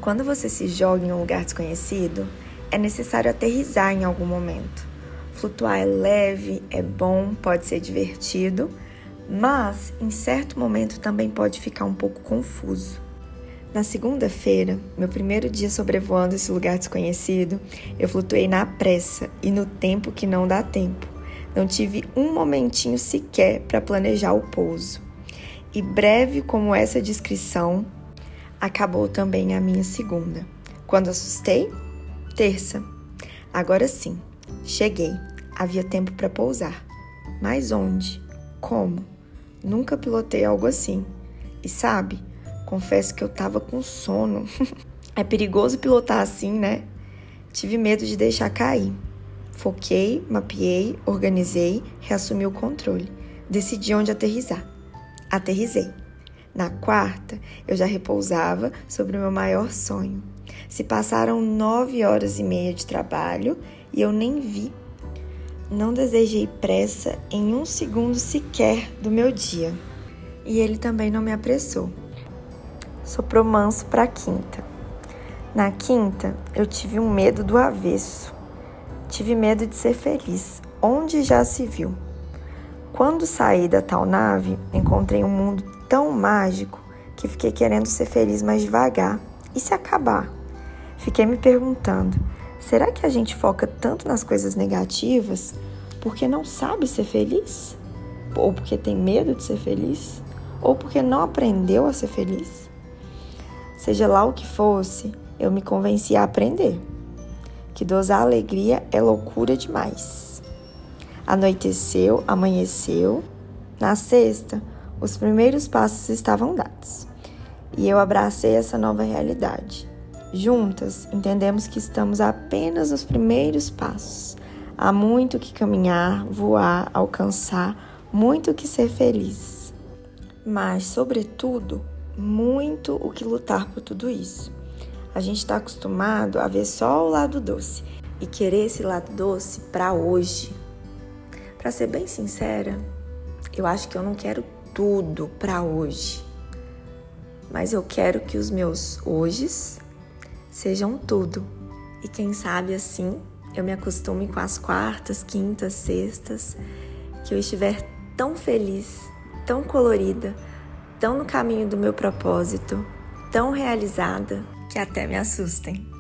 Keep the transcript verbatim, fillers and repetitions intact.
Quando você se joga em um lugar desconhecido, é necessário aterrissar em algum momento. Flutuar é leve, é bom, pode ser divertido, mas em certo momento também pode ficar um pouco confuso. Na segunda-feira, meu primeiro dia sobrevoando esse lugar desconhecido, eu flutuei na pressa e no tempo que não dá tempo. Não tive um momentinho sequer para planejar o pouso. E breve como essa descrição, acabou também a minha segunda. Quando assustei? Terça. Agora sim, cheguei. Havia tempo para pousar. Mas onde? Como? Nunca pilotei algo assim. E sabe, confesso que eu tava com sono. É perigoso pilotar assim, né? Tive medo de deixar cair. Foquei, mapeei, organizei, reassumi o controle. Decidi onde aterrissar. Aterrissei. Na quarta, eu já repousava sobre o meu maior sonho. Se passaram nove horas e meia de trabalho e eu nem vi. Não desejei pressa em um segundo sequer do meu dia. E ele também não me apressou. Soprou manso para a quinta. Na quinta, eu tive um medo do avesso. Tive medo de ser feliz, onde já se viu. Quando saí da tal nave, encontrei um mundo tão mágico que fiquei querendo ser feliz mais devagar. E se acabar? Fiquei me perguntando, será que a gente foca tanto nas coisas negativas porque não sabe ser feliz? Ou porque tem medo de ser feliz? Ou porque não aprendeu a ser feliz? Seja lá o que fosse, eu me convenci a aprender que dosar alegria é loucura demais. Anoiteceu, amanheceu. Na sexta, os primeiros passos estavam dados. E eu abracei essa nova realidade. Juntas, entendemos que estamos apenas nos primeiros passos. Há muito que caminhar, voar, alcançar, muito que ser feliz. Mas, sobretudo, muito o que lutar por tudo isso. A gente está acostumado a ver só o lado doce e querer esse lado doce para hoje. Para ser bem sincera, eu acho que eu não quero tudo para hoje, mas eu quero que os meus hojes sejam tudo. E quem sabe assim eu me acostume com as quartas, quintas, sextas, que eu estiver tão feliz, tão colorida, tão no caminho do meu propósito, tão realizada, que até me assustem.